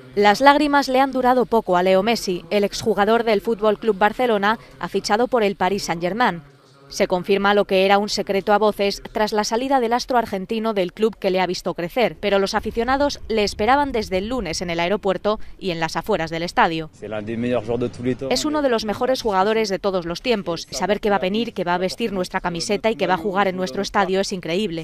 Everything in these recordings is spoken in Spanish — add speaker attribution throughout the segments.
Speaker 1: Las lágrimas le han durado poco a Leo Messi. El exjugador del Fútbol Club Barcelona ha fichado por el Paris Saint-Germain. Se confirma lo que era un secreto a voces tras la salida del astro argentino del club que le ha visto crecer, pero los aficionados le esperaban desde el lunes en el aeropuerto y en las afueras del estadio. Es uno de los mejores jugadores de todos los tiempos. Saber que va a venir, que va a vestir nuestra camiseta y que va a jugar en nuestro estadio es increíble.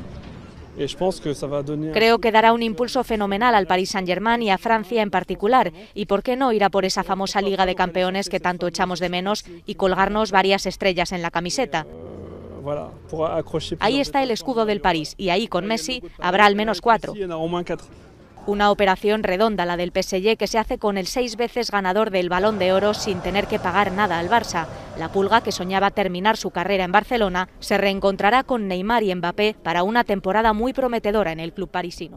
Speaker 1: Creo que dará un impulso fenomenal al Paris Saint-Germain y a Francia en particular. Y por qué no ir a por esa famosa Liga de Campeones que tanto echamos de menos y colgarnos varias estrellas en la camiseta. Ahí está el escudo del París y ahí con Messi habrá al menos 4. Una operación redonda la del PSG que se hace con el 6 veces ganador del Balón de Oro sin tener que pagar nada al Barça. La Pulga, que soñaba terminar su carrera en Barcelona, se reencontrará con Neymar y Mbappé para una temporada muy prometedora en el club parisino.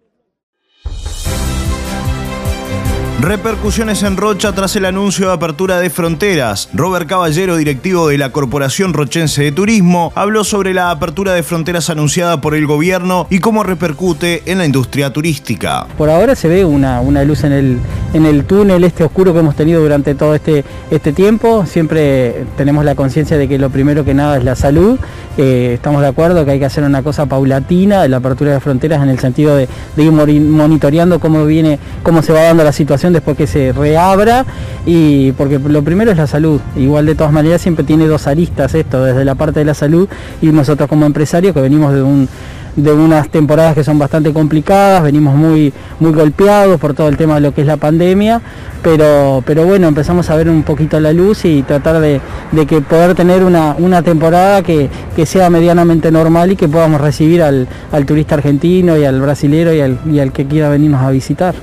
Speaker 2: Repercusiones en Rocha tras el anuncio de apertura de fronteras. Robert Caballero, directivo de la Corporación Rochense de Turismo, habló sobre la apertura de fronteras anunciada por el gobierno y cómo repercute en la industria turística.
Speaker 3: Por ahora se ve una luz en el túnel oscuro que hemos tenido durante todo este tiempo. Siempre tenemos la conciencia de que lo primero que nada es la salud. Estamos de acuerdo que hay que hacer una cosa paulatina de la apertura de fronteras en el sentido de ir monitoreando cómo se va dando la situación después que se reabra, y porque lo primero es la salud. Igual de todas maneras siempre tiene dos aristas esto, desde la parte de la salud y nosotros como empresarios que venimos de unas temporadas que son bastante complicadas, venimos muy golpeados por todo el tema de lo que es la pandemia, pero bueno, empezamos a ver un poquito la luz y tratar de que poder tener una temporada que sea medianamente normal y que podamos recibir al turista argentino y al brasilero y al que quiera venirnos a visitar.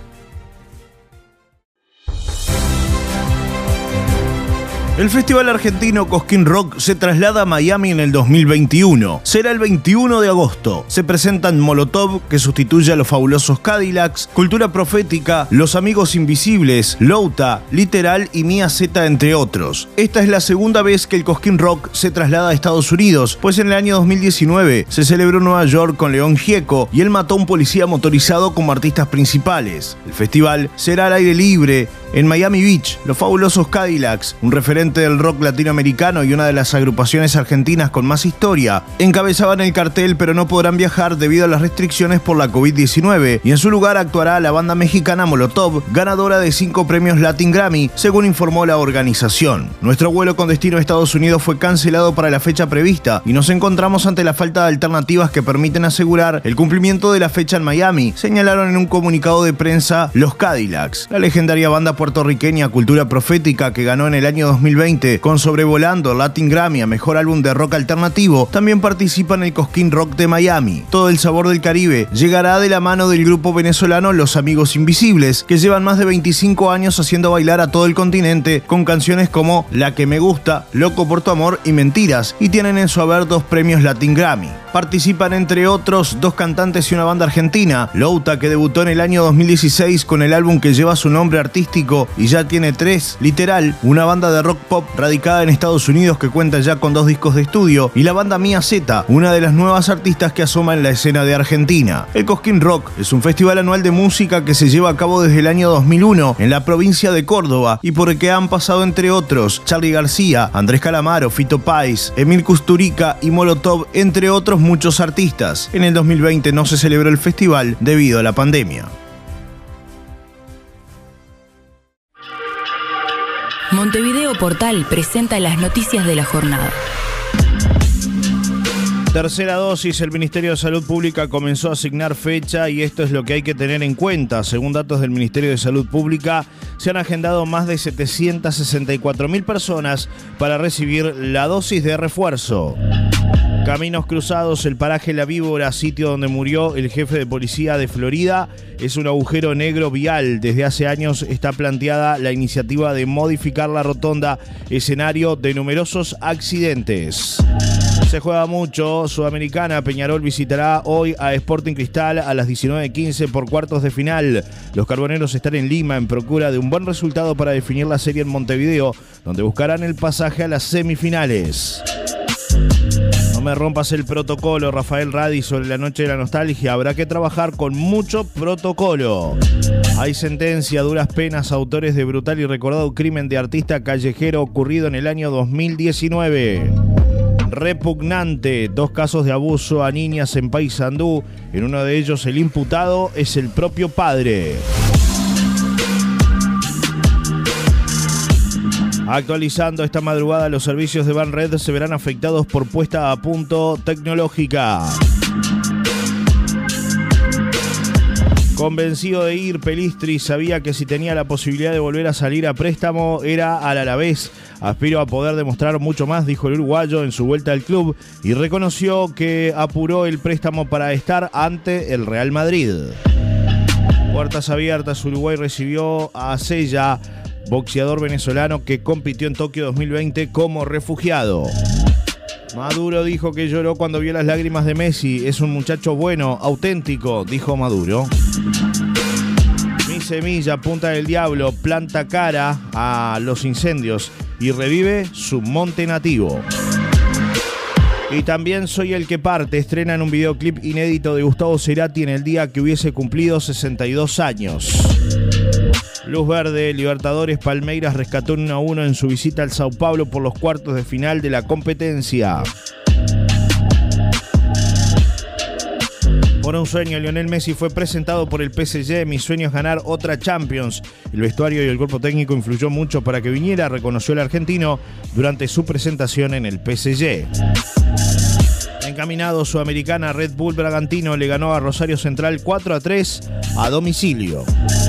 Speaker 2: El festival argentino Cosquín Rock se traslada a Miami en el 2021. Será el 21 de agosto. Se presentan Molotov, que sustituye a los fabulosos Cadillacs, Cultura Profética, Los Amigos Invisibles, Louta, Literal y Mía Z, entre otros. Esta es la segunda vez que el Cosquín Rock se traslada a Estados Unidos, pues en el año 2019 se celebró en Nueva York con León Gieco y él mató a un policía motorizado como artistas principales. El festival será al aire libre en Miami Beach. Los fabulosos Cadillacs, un referente del rock latinoamericano y una de las agrupaciones argentinas con más historia, encabezaban el cartel, pero no podrán viajar debido a las restricciones por la COVID-19, y en su lugar actuará la banda mexicana Molotov, ganadora de 5 premios Latin Grammy, según informó la organización. Nuestro vuelo con destino a Estados Unidos fue cancelado para la fecha prevista y nos encontramos ante la falta de alternativas que permiten asegurar el cumplimiento de la fecha en Miami, señalaron en un comunicado de prensa los Cadillacs. La legendaria banda puertorriqueña Cultura Profética, que ganó en el año 2020 con Sobrevolando el Latin Grammy a Mejor Álbum de Rock Alternativo, también participa en el Cosquín Rock de Miami. Todo el sabor del Caribe llegará de la mano del grupo venezolano Los Amigos Invisibles, que llevan más de 25 años haciendo bailar a todo el continente con canciones como La que me gusta, Loco por tu amor y Mentiras, y tienen en su haber 2 premios Latin Grammy. Participan entre otros 2 cantantes y una banda argentina, Louta, que debutó en el año 2016 con el álbum que lleva su nombre artístico y ya tiene 3, Literal, una banda de rock pop radicada en Estados Unidos que cuenta ya con 2 discos de estudio, y la banda Mía Z, una de las nuevas artistas que asoma en la escena de Argentina. El Cosquín Rock es un festival anual de música que se lleva a cabo desde el año 2001 en la provincia de Córdoba y por el que han pasado entre otros Charly García, Andrés Calamaro, Fito Páez, Emil Kusturica y Molotov, entre otros muchos artistas. En el 2020 no se celebró el festival debido a la pandemia.
Speaker 4: Montevideo Portal presenta las noticias de la jornada.
Speaker 2: Tercera dosis, el Ministerio de Salud Pública comenzó a asignar fecha y esto es lo que hay que tener en cuenta. Según datos del Ministerio de Salud Pública, se han agendado más de 764.000 personas para recibir la dosis de refuerzo. Caminos Cruzados, el paraje La Víbora, sitio donde murió el jefe de policía de Florida, es un agujero negro vial. Desde hace años está planteada la iniciativa de modificar la rotonda, escenario de numerosos accidentes. Se juega mucho. Sudamericana, Peñarol visitará hoy a Sporting Cristal a las 19:15 por cuartos de final. Los carboneros están en Lima en procura de un buen resultado para definir la serie en Montevideo, donde buscarán el pasaje a las semifinales. me rompas el protocolo, Rafael Radi, sobre la noche de la nostalgia. Habrá que trabajar con mucho protocolo. Hay sentencia, duras penas, autores de brutal y recordado crimen de artista callejero ocurrido en el año 2019. Repugnante, 2 casos de abuso a niñas en Paysandú. En uno de ellos el imputado es el propio padre. Actualizando esta madrugada, los servicios de Banred se verán afectados por puesta a punto tecnológica. Convencido de ir, Pelistri sabía que si tenía la posibilidad de volver a salir a préstamo era al Alavés. Aspiro a poder demostrar mucho más, dijo el uruguayo en su vuelta al club, y reconoció que apuró el préstamo para estar ante el Real Madrid. Puertas abiertas, Uruguay recibió a Sella, boxeador venezolano que compitió en Tokio 2020 como refugiado. Maduro dijo que lloró cuando vio las lágrimas de Messi. Es un muchacho bueno, auténtico, dijo Maduro. Mi semilla, punta del diablo, planta cara a los incendios y revive su monte nativo. Y también Soy el que parte. Estrenan un videoclip inédito de Gustavo Cerati en el día que hubiese cumplido 62 años. Luz verde, Libertadores, Palmeiras rescató 1-1 en su visita al Sao Paulo por los cuartos de final de la competencia. Por un sueño, Lionel Messi fue presentado por el PSG. Mi sueño es ganar otra Champions. El vestuario y el cuerpo técnico influyó mucho para que viniera, reconoció el argentino durante su presentación en el PSG. Encaminado, Sudamericana, Red Bull Bragantino le ganó a Rosario Central 4-3 a domicilio.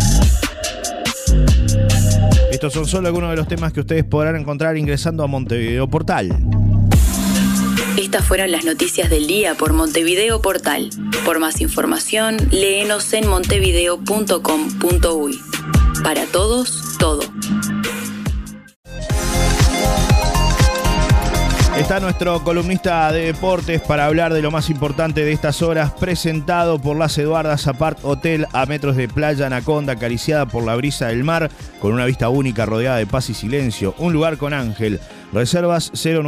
Speaker 2: Estos son solo algunos de los temas que ustedes podrán encontrar ingresando a Montevideo Portal.
Speaker 4: Estas fueron las noticias del día por Montevideo Portal. Por más información, léenos en montevideo.com.uy. Para todos, todo.
Speaker 2: Está nuestro columnista de deportes para hablar de lo más importante de estas horas, presentado por Las Eduardas Apart Hotel, a metros de Playa Anaconda, acariciada por la brisa del mar, con una vista única rodeada de paz y silencio. Un lugar con ángel. Reservas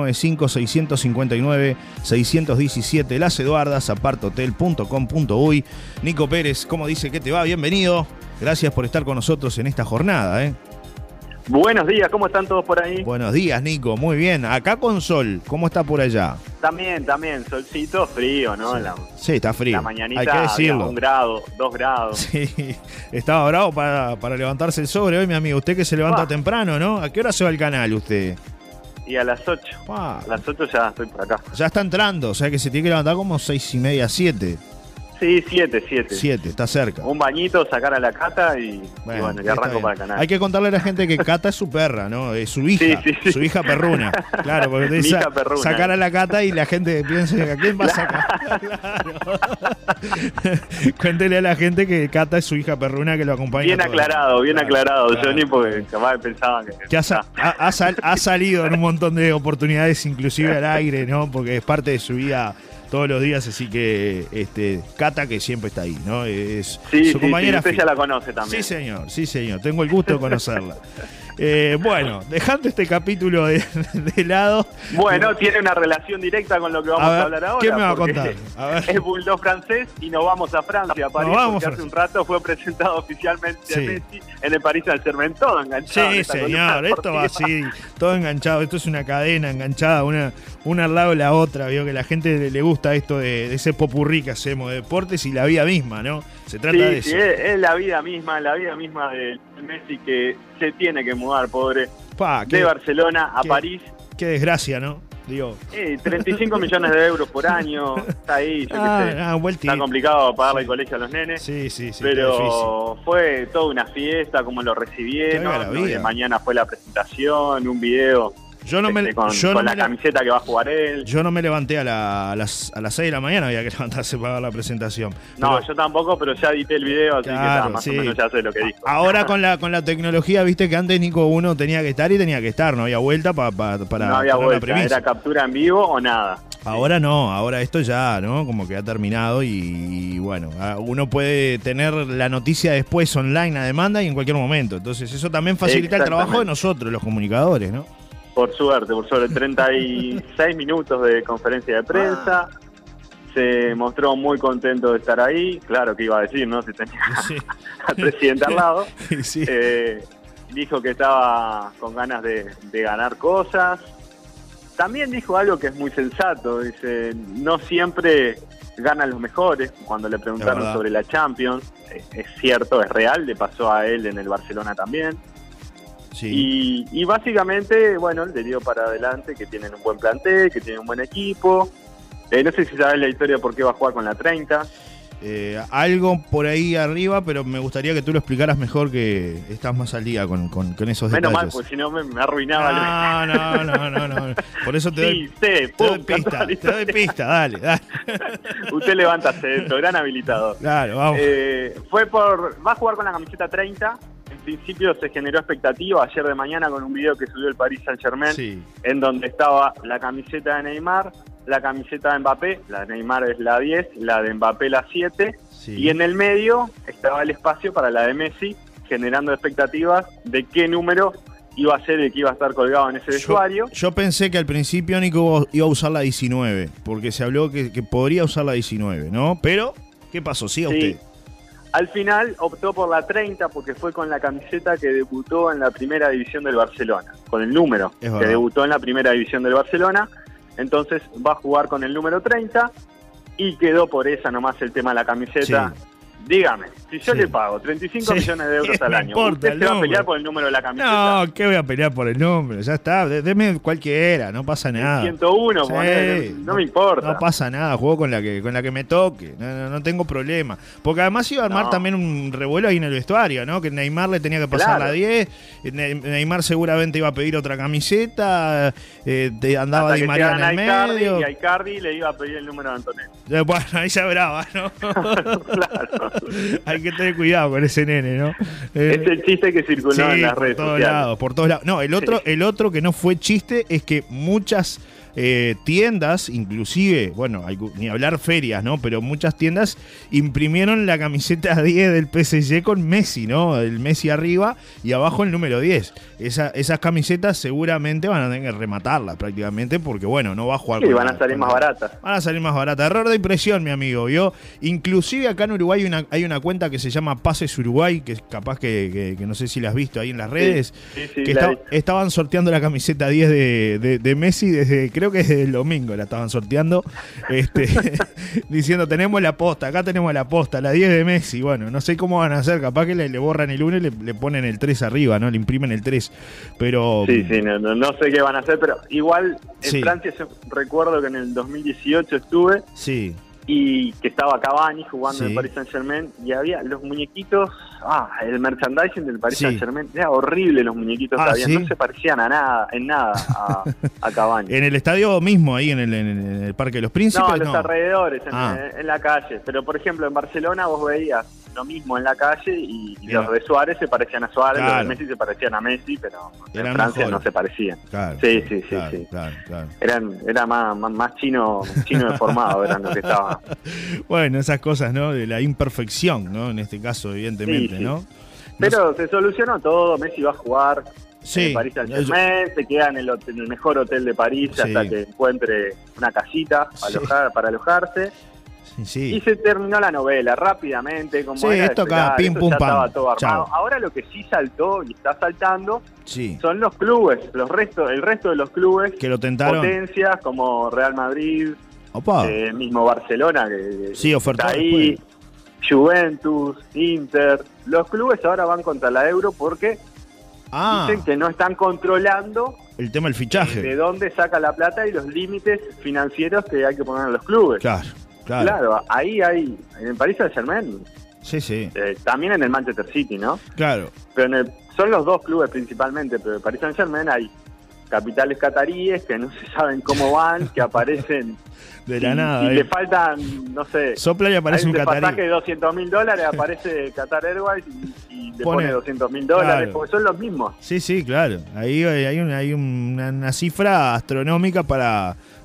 Speaker 2: 095-659-617, Las Eduardas, aparthotel.com.uy. Nico Pérez, ¿cómo dice que te va? Bienvenido. Gracias por estar con nosotros en esta jornada,
Speaker 5: Buenos días, ¿cómo están todos por ahí?
Speaker 2: Buenos días, Nico, muy bien. Acá con sol, ¿cómo está por allá?
Speaker 5: También, solcito, frío, ¿no?
Speaker 2: Sí, está frío.
Speaker 5: La mañanita
Speaker 2: hay que decirlo.
Speaker 5: Había 1 grado, 2 grados.
Speaker 2: Sí, estaba bravo para levantarse el sobre hoy, mi amigo. Usted que se levanta temprano, ¿no? ¿A qué hora se va al canal usted?
Speaker 5: Y a las 8. A las 8 ya estoy por acá.
Speaker 2: Ya está entrando, o sea que se tiene que levantar como 6:30, 7.
Speaker 5: Sí, 7.
Speaker 2: 7, está cerca.
Speaker 5: Un bañito, sacar a la Cata y bueno, y arranco para el canal.
Speaker 2: Hay que contarle a la gente que Cata es su perra, ¿no? Es su hija, sí. Su hija perruna. Claro, porque te dice sacar a la Cata y la gente piensa, ¿a quién va a sacar? Claro. Cuéntele a la gente que Cata es su hija perruna que lo acompaña.
Speaker 5: Bien aclarado, claro. Johnny, porque capaz pensaban que
Speaker 2: ha salido en un montón de oportunidades, inclusive al aire, ¿no? Porque es parte de su vida todos los días, así que Cata, que siempre está ahí, ¿no? Es su compañera.
Speaker 5: Usted ya la conoce también.
Speaker 2: Sí, señor, tengo el gusto de conocerla. Bueno, dejando este capítulo de lado.
Speaker 5: Bueno, tiene una relación directa con lo que vamos a hablar ahora.
Speaker 2: ¿Qué me va a contar? A ver.
Speaker 5: Es bulldog francés y nos vamos a Francia, a París, porque hace un rato fue presentado oficialmente Messi en el Paris Saint-Germain, todo enganchado.
Speaker 2: Sí, señor, esto va así, todo enganchado. Esto es una cadena enganchada, una al lado de la otra. Veo que a la gente le gusta esto de ese popurrí que hacemos de deportes y la vida misma, ¿no? Se trata de eso.
Speaker 5: Sí, es la vida misma de Messi, que se tiene que mudar, pobre, de Barcelona a París. Qué
Speaker 2: desgracia, ¿no? Digo.
Speaker 5: 35 millones de euros por año, está ahí, yo qué sé. Está complicado pagarle el colegio a los nenes.
Speaker 2: Sí.
Speaker 5: Pero fue toda una fiesta, como lo recibieron. De mañana fue la presentación, un video. Con la camiseta que va a jugar él.
Speaker 2: Yo no me levanté a las 6 de la mañana, había que levantarse para ver la presentación.
Speaker 5: No, yo tampoco, pero ya edité el video, así que más o menos ya sé lo que dijo.
Speaker 2: Ahora con la tecnología, viste que antes, Nico, uno tenía que estar, no había vuelta para
Speaker 5: no había vuelta, era captura en vivo o nada.
Speaker 2: Ahora no, ahora esto ya, ¿no? Como que ha terminado y bueno, uno puede tener la noticia después online a demanda y en cualquier momento. Entonces eso también facilita el trabajo de nosotros, los comunicadores, ¿no?
Speaker 5: Por suerte, 36 minutos de conferencia de prensa. Se mostró muy contento de estar ahí. Claro que iba a decir, ¿no? Si tenía al presidente al lado. Sí. Dijo que estaba con ganas de ganar cosas. También dijo algo que es muy sensato. Dice, no siempre ganan los mejores. Cuando le preguntaron sobre la Champions, es cierto, es real, le pasó a él en el Barcelona también. Sí. Y básicamente, bueno, le dio para adelante que tienen un buen plantel, que tienen un buen equipo. No sé si sabes la historia de por qué va a jugar con la 30.
Speaker 2: Algo por ahí arriba, pero me gustaría que tú lo explicaras mejor, que estás más al día con esos detalles.
Speaker 5: Menos mal, porque si no me arruinaba.
Speaker 2: No. Por eso te doy pista, dale.
Speaker 5: Usted levanta acento, gran habilitador.
Speaker 2: Claro, vamos.
Speaker 5: Va a jugar con la camiseta 30. En principio se generó expectativa ayer de mañana con un video que subió el Paris Saint-Germain, en donde estaba la camiseta de Neymar, la camiseta de Mbappé, la de Neymar es la 10, la de Mbappé la 7, y en el medio estaba el espacio para la de Messi, generando expectativas de qué número iba a ser el que iba a estar colgado en ese vestuario.
Speaker 2: Yo pensé que al principio Nico iba a usar la 19, porque se habló que podría usar la 19, ¿no? Pero, ¿qué pasó? ¿Siga usted?
Speaker 5: Al final optó por la 30 porque fue con la camiseta que debutó en la primera división del Barcelona, con el número que debutó en la primera división del Barcelona. Entonces va a jugar con el número 30 y quedó por esa nomás el tema de la camiseta. Sí. Dígame, si yo le pago 35 millones de euros al año, ¿usted se va a pelear por el número de la camiseta?
Speaker 2: No, ¿qué voy a pelear por el número? Ya está, deme cualquiera, no pasa nada.
Speaker 5: 101, no me importa.
Speaker 2: No pasa nada, juego con la que me toque, no tengo problema. Porque además iba a armar también un revuelo ahí en el vestuario, ¿no? Que Neymar le tenía que pasar la 10, Neymar seguramente iba a pedir otra camiseta, andaba Di María en el medio.
Speaker 5: Y a Icardi le iba a pedir el número de Antonelli.
Speaker 2: Bueno, ahí ya brava, ¿no?
Speaker 5: Claro.
Speaker 2: Hay que tener cuidado con ese nene, ¿no?
Speaker 5: Es el chiste que circuló en las redes sociales.
Speaker 2: Por todos lados. No, el otro que no fue chiste es que muchas tiendas, inclusive, bueno, ni hablar ferias, ¿no? Pero muchas tiendas imprimieron la camiseta 10 del PSG con Messi, ¿no? El Messi arriba y abajo el número 10. Esas camisetas seguramente van a tener que rematarlas prácticamente porque, bueno, no va a jugar.
Speaker 5: Sí, van a salir más baratas.
Speaker 2: Van a salir más baratas. Error de impresión, mi amigo, ¿vio? Inclusive acá en Uruguay hay una cuenta que se llama Pases Uruguay, que es capaz que no sé si la has visto ahí en las redes, que estaban sorteando la camiseta 10 de Messi desde, creo que desde el domingo la estaban sorteando, diciendo acá tenemos la posta, la 10 de Messi. Bueno, no sé cómo van a hacer, capaz que le borran el 1 y le ponen el 3 arriba, ¿no? Le imprimen el 3, pero...
Speaker 5: Sí, no sé qué van a hacer, pero igual en Francia yo recuerdo que en el 2018 estuve, y que estaba Cavani jugando en el Paris Saint-Germain, y había los muñequitos, el merchandising del Paris Saint-Germain, era horrible los muñequitos que había, no se parecían en nada a Cavani.
Speaker 2: ¿En el estadio mismo, ahí en el Parque de los Príncipes?
Speaker 5: No, en los alrededores, en la calle, pero por ejemplo en Barcelona vos veías lo mismo en la calle y los de Suárez se parecían a Suárez, los de Messi se parecían a Messi, pero en Francia no se parecían.
Speaker 2: Claro,
Speaker 5: sí.
Speaker 2: Claro.
Speaker 5: Era más chino deformado, eran los que estaban.
Speaker 2: Bueno, esas cosas, ¿no? De la imperfección, ¿no? En este caso, evidentemente, ¿no?
Speaker 5: Pero se solucionó todo, Messi va a jugar en París Saint-Germain, se queda en el mejor hotel de París hasta que encuentre una casita para alojarse. Y se terminó la novela rápidamente, como
Speaker 2: esto acá, pim pum pam.
Speaker 5: Estaba todo armado. Ahora lo que sí saltó y está saltando son los clubes, el resto de los clubes
Speaker 2: que lo tentaron,
Speaker 5: potencias como Real Madrid, mismo Barcelona que está ahí, después. Juventus, Inter. Los clubes ahora van contra la Euro porque dicen que no están controlando
Speaker 2: el tema del fichaje,
Speaker 5: de dónde saca la plata y los límites financieros que hay que poner a los clubes. Claro, ahí hay, en el Paris Saint-Germain, también en el Manchester City, ¿no?
Speaker 2: Claro.
Speaker 5: Pero son los dos clubes principalmente, pero en el Paris Saint-Germain hay capitales cataríes que no se saben cómo van, que aparecen
Speaker 2: de la nada.
Speaker 5: Y le faltan, no sé,
Speaker 2: sopla y aparece un catarí.
Speaker 5: pasaje de $200.000, aparece Qatar Airways y le pone $200.000, porque son los mismos.
Speaker 2: Sí, claro. Ahí hay una cifra astronómica para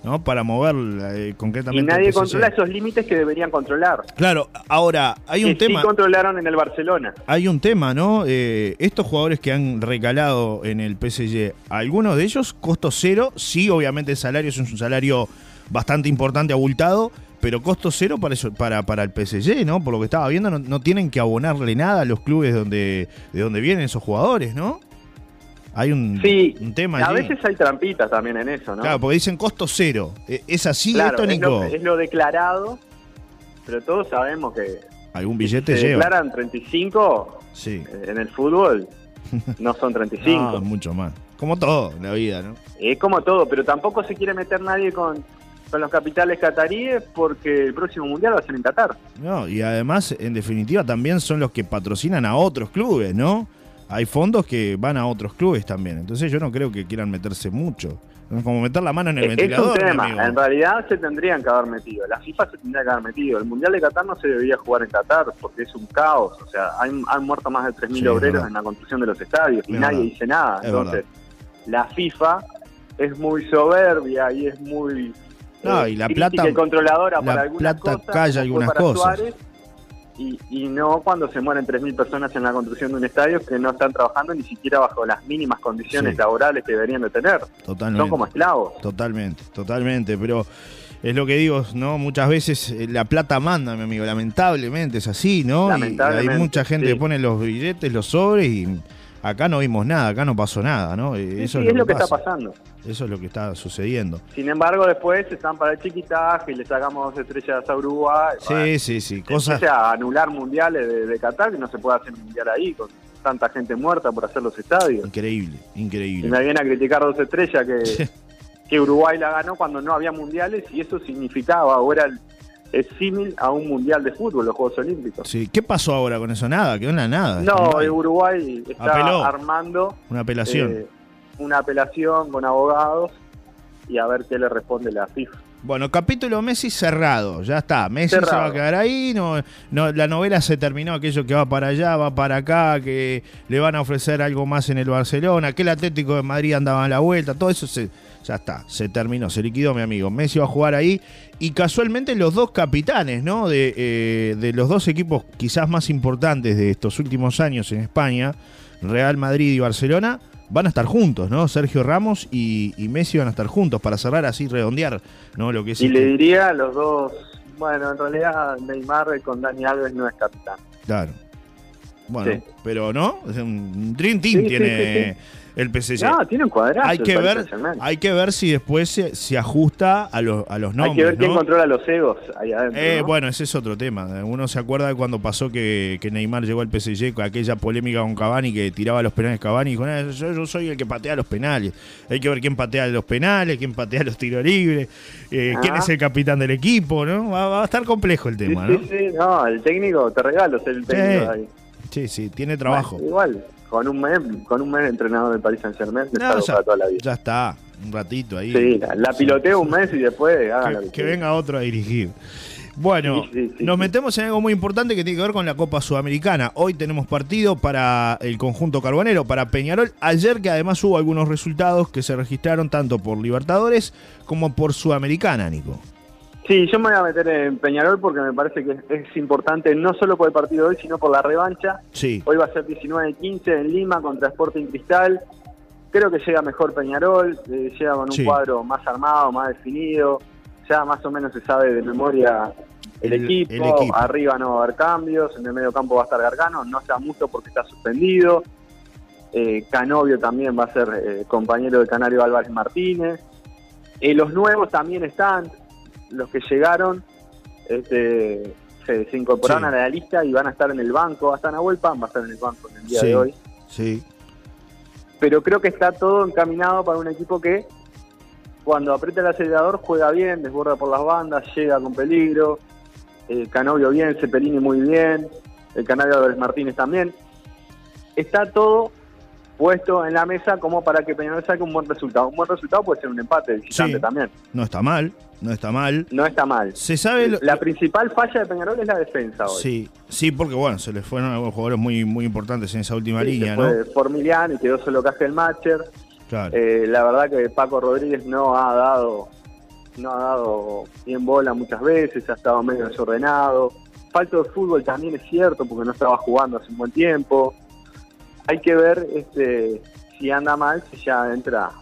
Speaker 2: ¿no? Para mover concretamente.
Speaker 5: Y nadie controla esos límites que deberían controlar.
Speaker 2: Claro, ahora, hay un tema.
Speaker 5: Sí controlaron en el Barcelona.
Speaker 2: Hay un tema, ¿no? Estos jugadores que han recalado en el PSG, algunos de ellos, costo cero. Sí, obviamente el salario es un salario bastante importante, abultado, pero costo cero para el PSG, ¿no? Por lo que estaba viendo, no tienen que abonarle nada a los clubes de donde vienen esos jugadores, ¿no? Hay un tema allí.
Speaker 5: A veces hay trampitas también en eso, ¿no?
Speaker 2: Claro, porque dicen costo cero. ¿Es así
Speaker 5: claro,
Speaker 2: esto, Nico?
Speaker 5: Es lo declarado, pero todos sabemos que
Speaker 2: algún billete
Speaker 5: se
Speaker 2: lleva.
Speaker 5: declaran 35, en el fútbol no son 35.
Speaker 2: No, mucho más. Como todo en la vida, ¿no?
Speaker 5: Es como todo, pero tampoco se quiere meter nadie con los capitales cataríes porque el próximo mundial va a ser en Qatar.
Speaker 2: No, y además, en definitiva, también son los que patrocinan a otros clubes, ¿no? Hay fondos que van a otros clubes también. Entonces yo no creo que quieran meterse mucho. Es como meter la mano en el ventilador.
Speaker 5: Es un tema. En realidad se tendrían que haber metido. La FIFA se tendría que haber metido. El Mundial de Qatar no se debería jugar en Qatar porque es un caos. O sea, han muerto más de 3.000 obreros en la construcción de los estadios y nadie dice nada. Entonces, la FIFA es muy soberbia y es muy
Speaker 2: y la plata
Speaker 5: y controladora para algunas cosas.
Speaker 2: Calla algunas cosas.
Speaker 5: Suárez, y no cuando se mueren 3.000 personas en la construcción de un estadio que no están trabajando ni siquiera bajo las mínimas condiciones laborales que deberían de tener.
Speaker 2: Totalmente.
Speaker 5: Son como esclavos.
Speaker 2: Totalmente, pero es lo que digo, ¿no? Muchas veces la plata manda, mi amigo, lamentablemente es así, ¿no?
Speaker 5: Lamentablemente,
Speaker 2: y hay mucha gente que pone los billetes, los sobres y acá no vimos nada, acá no pasó nada, ¿no? Eso
Speaker 5: es lo que está pasando.
Speaker 2: Eso es lo que está sucediendo.
Speaker 5: Sin embargo, después están para el chiquitaje y le sacamos 2 estrellas a Uruguay.
Speaker 2: Sí. Cosas.
Speaker 5: O sea, anular mundiales de Qatar, que no se puede hacer un mundial ahí con tanta gente muerta por hacer los estadios.
Speaker 2: Increíble.
Speaker 5: Y me viene a criticar 2 estrellas que Uruguay la ganó cuando no había mundiales y eso significaba, ahora es símil a un mundial de fútbol, los Juegos Olímpicos.
Speaker 2: Sí, ¿qué pasó ahora con eso? Nada, quedó en la nada.
Speaker 5: No, Uruguay está armando
Speaker 2: una apelación.
Speaker 5: Una apelación con abogados y a ver qué le responde la FIFA.
Speaker 2: Bueno, capítulo Messi cerrado, ya está. Messi se va a quedar ahí, no, la novela se terminó, aquello que va para allá, va para acá, que le van a ofrecer algo más en el Barcelona, que el Atlético de Madrid andaba a la vuelta, todo eso ya está, se terminó, se liquidó, mi amigo. Messi va a jugar ahí y casualmente los dos capitanes, ¿no? De los dos equipos quizás más importantes de estos últimos años en España, Real Madrid y Barcelona, van a estar juntos, ¿no? Sergio Ramos y Messi van a estar juntos para cerrar así, redondear, ¿no? Lo que es
Speaker 5: le diría a los dos, bueno, en realidad Neymar con Dani Alves no es capitán.
Speaker 2: Claro. Bueno, pero no, es un Dream Team tiene el PSG.
Speaker 5: No, tiene un cuadrado.
Speaker 2: Hay que ver si después se ajusta a los nombres.
Speaker 5: Hay que ver quién controla los egos ahí adentro, ¿no?
Speaker 2: Bueno, ese es otro tema. Uno se acuerda de cuando pasó que Neymar llegó al PSG con aquella polémica con Cavani, que tiraba los penales Cavani y dijo, yo soy el que patea los penales. Hay que ver quién patea los penales, quién patea los tiros libres, quién es el capitán del equipo, ¿no? Va a estar complejo el tema, ¿no?
Speaker 5: Sí, no, el técnico, te regalo ser el técnico ahí.
Speaker 2: Sí, tiene trabajo.
Speaker 5: Bueno, igual, con un mes de entrenador del Paris Saint-Germain, para toda la vida.
Speaker 2: Ya está, un ratito ahí.
Speaker 5: Sí, la piloteo un mes y después
Speaker 2: que venga otro a dirigir. Bueno, nos metemos en algo muy importante que tiene que ver con la Copa Sudamericana. Hoy tenemos partido para el conjunto carbonero, para Peñarol. Ayer que además hubo algunos resultados que se registraron tanto por Libertadores como por Sudamericana, Nico.
Speaker 5: Sí, yo me voy a meter en Peñarol porque me parece que es importante no solo por el partido de hoy, sino por la revancha.
Speaker 2: Sí.
Speaker 5: Hoy va a ser 19-15 en Lima contra Sporting Cristal. Creo que llega mejor Peñarol, llega con un cuadro más armado, más definido. Ya más o menos se sabe de memoria el equipo. Arriba no va a haber cambios, en el medio campo va a estar Gargano, no está mucho porque está suspendido. Canovio también va a ser compañero de Canario Álvarez Martínez. Los nuevos también están. Los que llegaron se incorporaron a la lista y van a estar en el banco. Hasta Nahuel Pan va a estar en el banco en el día de hoy.
Speaker 2: Sí.
Speaker 5: Pero creo que está todo encaminado para un equipo que cuando aprieta el acelerador juega bien, desborda por las bandas, llega con peligro. Canovio bien, Cepelini muy bien, el Canario Álvarez Martínez también. Está todo puesto en la mesa como para que Peñarol saque un buen resultado. Un buen resultado puede ser un empate visitante también.
Speaker 2: No está mal. Se sabe
Speaker 5: la principal falla de Peñarol es la defensa hoy.
Speaker 2: Sí, porque bueno, se les fueron algunos jugadores muy, muy importantes en esa última línea, ¿no?
Speaker 5: Fue Formilián y quedó solo Castelmacher.
Speaker 2: Claro.
Speaker 5: La verdad que Paco Rodríguez no ha dado no ha dado bien bola muchas veces, ha estado medio desordenado. Falta de fútbol también es cierto, porque no estaba jugando hace un buen tiempo. Hay que ver si anda mal, si ya entra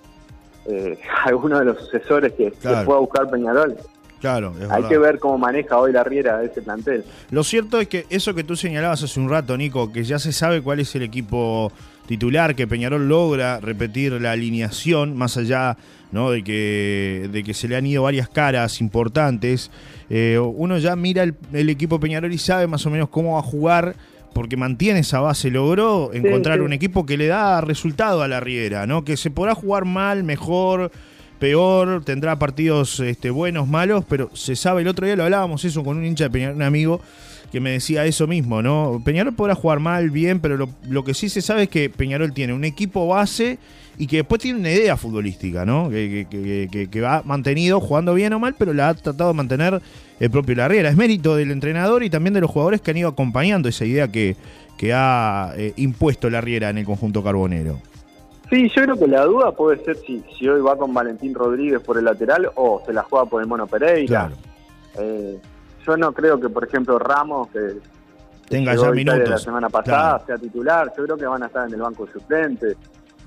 Speaker 5: alguno de los sucesores que pueda buscar Peñarol.
Speaker 2: Claro, es
Speaker 5: Hay que ver cómo maneja hoy la Riera ese plantel.
Speaker 2: Lo cierto es que eso que tú señalabas hace un rato, Nico, que ya se sabe cuál es el equipo titular, que Peñarol logra repetir la alineación, más allá, ¿no?, de que se le han ido varias caras importantes. Uno ya mira el equipo Peñarol y sabe más o menos cómo va a jugar, porque mantiene esa base, logró encontrar un equipo que le da resultado a la Riera, ¿no? Que se podrá jugar mal, mejor, peor, tendrá partidos buenos, malos, pero se sabe. El otro día lo hablábamos eso con un hincha de Peñarol, un amigo, que me decía eso mismo, ¿no? Peñarol podrá jugar mal, bien, pero lo que sí se sabe es que Peñarol tiene un equipo base y que después tiene una idea futbolística, ¿no? Que va mantenido, jugando bien o mal, pero la ha tratado de mantener el propio Larriera. Es mérito del entrenador y también de los jugadores que han ido acompañando esa idea que ha impuesto Larriera en el conjunto carbonero.
Speaker 5: Sí, yo creo que la duda puede ser si hoy va con Valentín Rodríguez por el lateral o se la juega por el Mono Pereira. Claro. Yo no creo que, por ejemplo, Ramos, que
Speaker 2: tenga ya minutos
Speaker 5: la semana pasada, sea titular. Yo creo que van a estar en el banco de suplentes.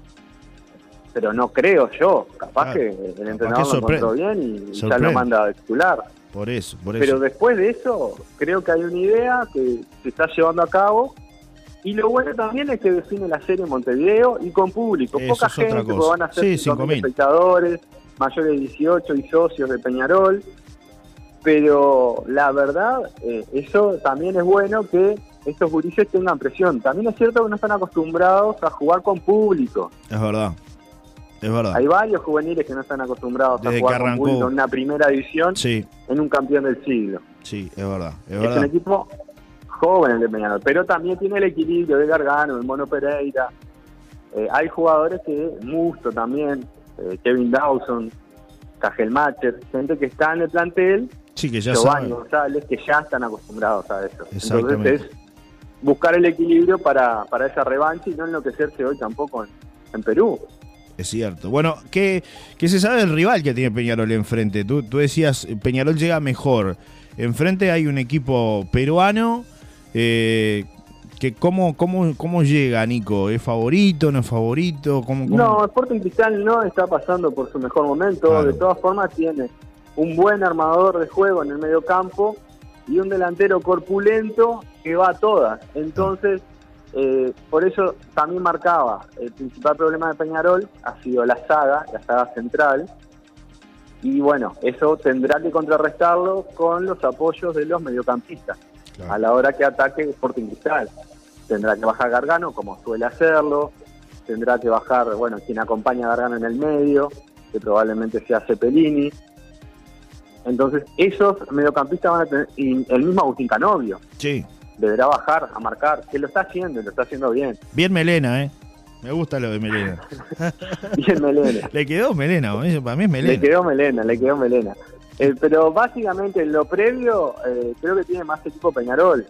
Speaker 5: Pero no creo yo. Capaz que el entrenador lo encontró bien y ya lo manda a titular.
Speaker 2: Por eso.
Speaker 5: Pero después de eso, creo que hay una idea que se está llevando a cabo. Y lo bueno también es que define la serie en Montevideo y con público.
Speaker 2: Eso
Speaker 5: poca gente, porque van a ser 5.000 espectadores, mayores de 18 y socios de Peñarol. Pero la verdad, eso también es bueno, que estos gurises tengan presión. También es cierto que no están acostumbrados a jugar con público.
Speaker 2: Es verdad.
Speaker 5: Hay varios juveniles que no están acostumbrados a jugar con público en una primera división, en un campeón del siglo.
Speaker 2: Sí, es verdad.
Speaker 5: Es un equipo joven el de Peñarol, pero también tiene el equilibrio de Gargano, el Mono Pereira. Hay jugadores que, Musto también, Kevin Dawson, Cajelmacher, gente que está en el plantel,
Speaker 2: que ya
Speaker 5: Giovanni González, que ya están acostumbrados a eso. Entonces es buscar el equilibrio para esa revancha y no enloquecerse hoy tampoco en Perú.
Speaker 2: Es cierto. Bueno, ¿qué se sabe del rival que tiene Peñarol enfrente? Tú decías, Peñarol llega mejor. Enfrente hay un equipo peruano que ¿cómo llega, Nico? ¿Es favorito, no es favorito? ¿Cómo?
Speaker 5: No, Sporting Cristal no está pasando por su mejor momento. Claro. De todas formas tiene un buen armador de juego en el medio campo y un delantero corpulento que va a todas. Entonces, por eso también marcaba, el principal problema de Peñarol ha sido la saga central. Y bueno, eso tendrá que contrarrestarlo con los apoyos de los mediocampistas. Claro. A la hora que ataque Sporting Cristal. Tendrá que bajar Gargano, como suele hacerlo. Tendrá que bajar, quien acompaña a Gargano en el medio, que probablemente sea Cepelini. Entonces, esos mediocampistas van a tener... Y el mismo Agustín Canovio.
Speaker 2: Sí.
Speaker 5: Deberá bajar a marcar, que lo está haciendo bien.
Speaker 2: Bien Melena, Me gusta lo de Melena.
Speaker 5: Bien Melena.
Speaker 2: Le quedó Melena, para mí es Melena.
Speaker 5: Le quedó Melena. Pero básicamente en lo previo, creo que tiene más equipo Peñarol.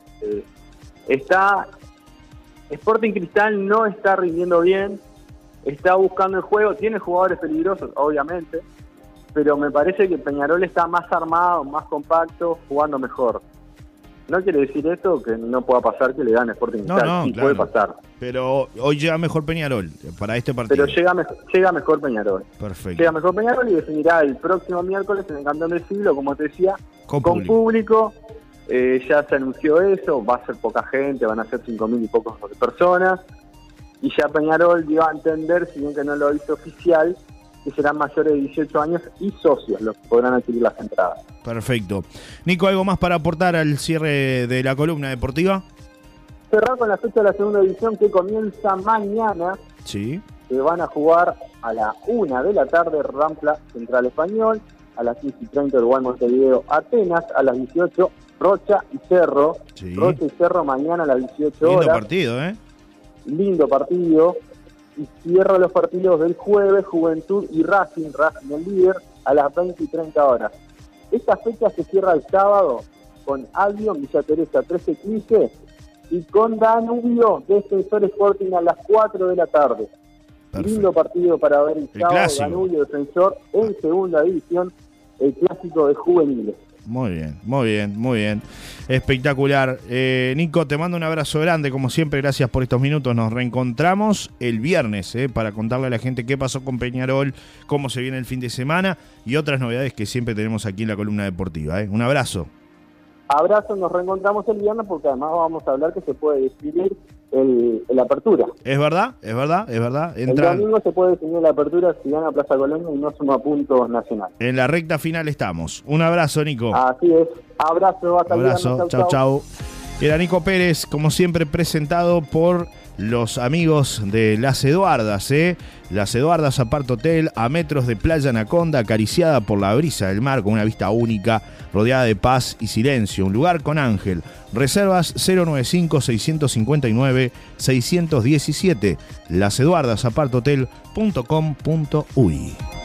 Speaker 5: Sporting Cristal no está rindiendo bien, está buscando el juego, tiene jugadores peligrosos, obviamente, pero me parece que Peñarol está más armado, más compacto, jugando mejor. No quiere decir esto que no pueda pasar que le gane Sporting Cristal, sí, claro, puede pasar.
Speaker 2: Pero hoy llega mejor Peñarol para este partido.
Speaker 5: Pero llega mejor Peñarol.
Speaker 2: Perfecto.
Speaker 5: Llega mejor Peñarol y definirá el próximo miércoles en el Campeón del Siglo, como te decía, con público. Ya se anunció eso, va a ser poca gente, van a ser 5.000 y pocos personas. Y ya Peñarol dio a entender, si bien que no lo hizo oficial, que serán mayores de 18 años y socios los que podrán adquirir las entradas.
Speaker 2: Perfecto. Nico, ¿algo más para aportar al cierre de la columna deportiva?
Speaker 5: Cerrar con la fecha de la segunda división que comienza mañana.
Speaker 2: Sí.
Speaker 5: Que van a jugar a la 1 de la tarde Rampla Central Español, a las 15:30 Uruguay Montevideo Atenas, a las 18 Rocha y Cerro. Sí. Rocha y Cerro mañana a las 18 horas.
Speaker 2: Lindo partido,
Speaker 5: Lindo partido. Y cierra los partidos del jueves, Juventud y Racing el líder, a las 20:30 horas. Esta fecha se cierra el sábado con Albion, Villa Teresa 13:15 y con Danubio, Defensor Sporting a las 4 de la tarde. Perfecto. Lindo partido para ver el sábado,
Speaker 2: clásico.
Speaker 5: Danubio Defensor en segunda división.
Speaker 6: el clásico de juveniles.
Speaker 2: Muy bien, muy bien, muy bien. Espectacular. Nico, te mando un abrazo grande, como siempre, gracias por estos minutos. Nos reencontramos el viernes para contarle a la gente qué pasó con Peñarol, cómo se viene el fin de semana y otras novedades que siempre tenemos aquí en la columna deportiva. Un abrazo.
Speaker 6: Abrazo, nos reencontramos el viernes porque además vamos a hablar que se puede definir la apertura.
Speaker 2: Es verdad.
Speaker 6: El domingo se puede definir la apertura si gana Plaza Colonia y no suma puntos Nacional.
Speaker 2: En la recta final estamos. Un abrazo, Nico.
Speaker 6: Así es. Abrazo, hasta luego.
Speaker 2: Abrazo, chau. Era Nico Pérez, como siempre, presentado por los amigos de Las Eduardas, Las Eduardas Apart Hotel, a metros de Playa Anaconda, acariciada por la brisa del mar, con una vista única, rodeada de paz y silencio. Un lugar con ángel. Reservas 095-659-617. Laseduardasaparthotel.com.uy.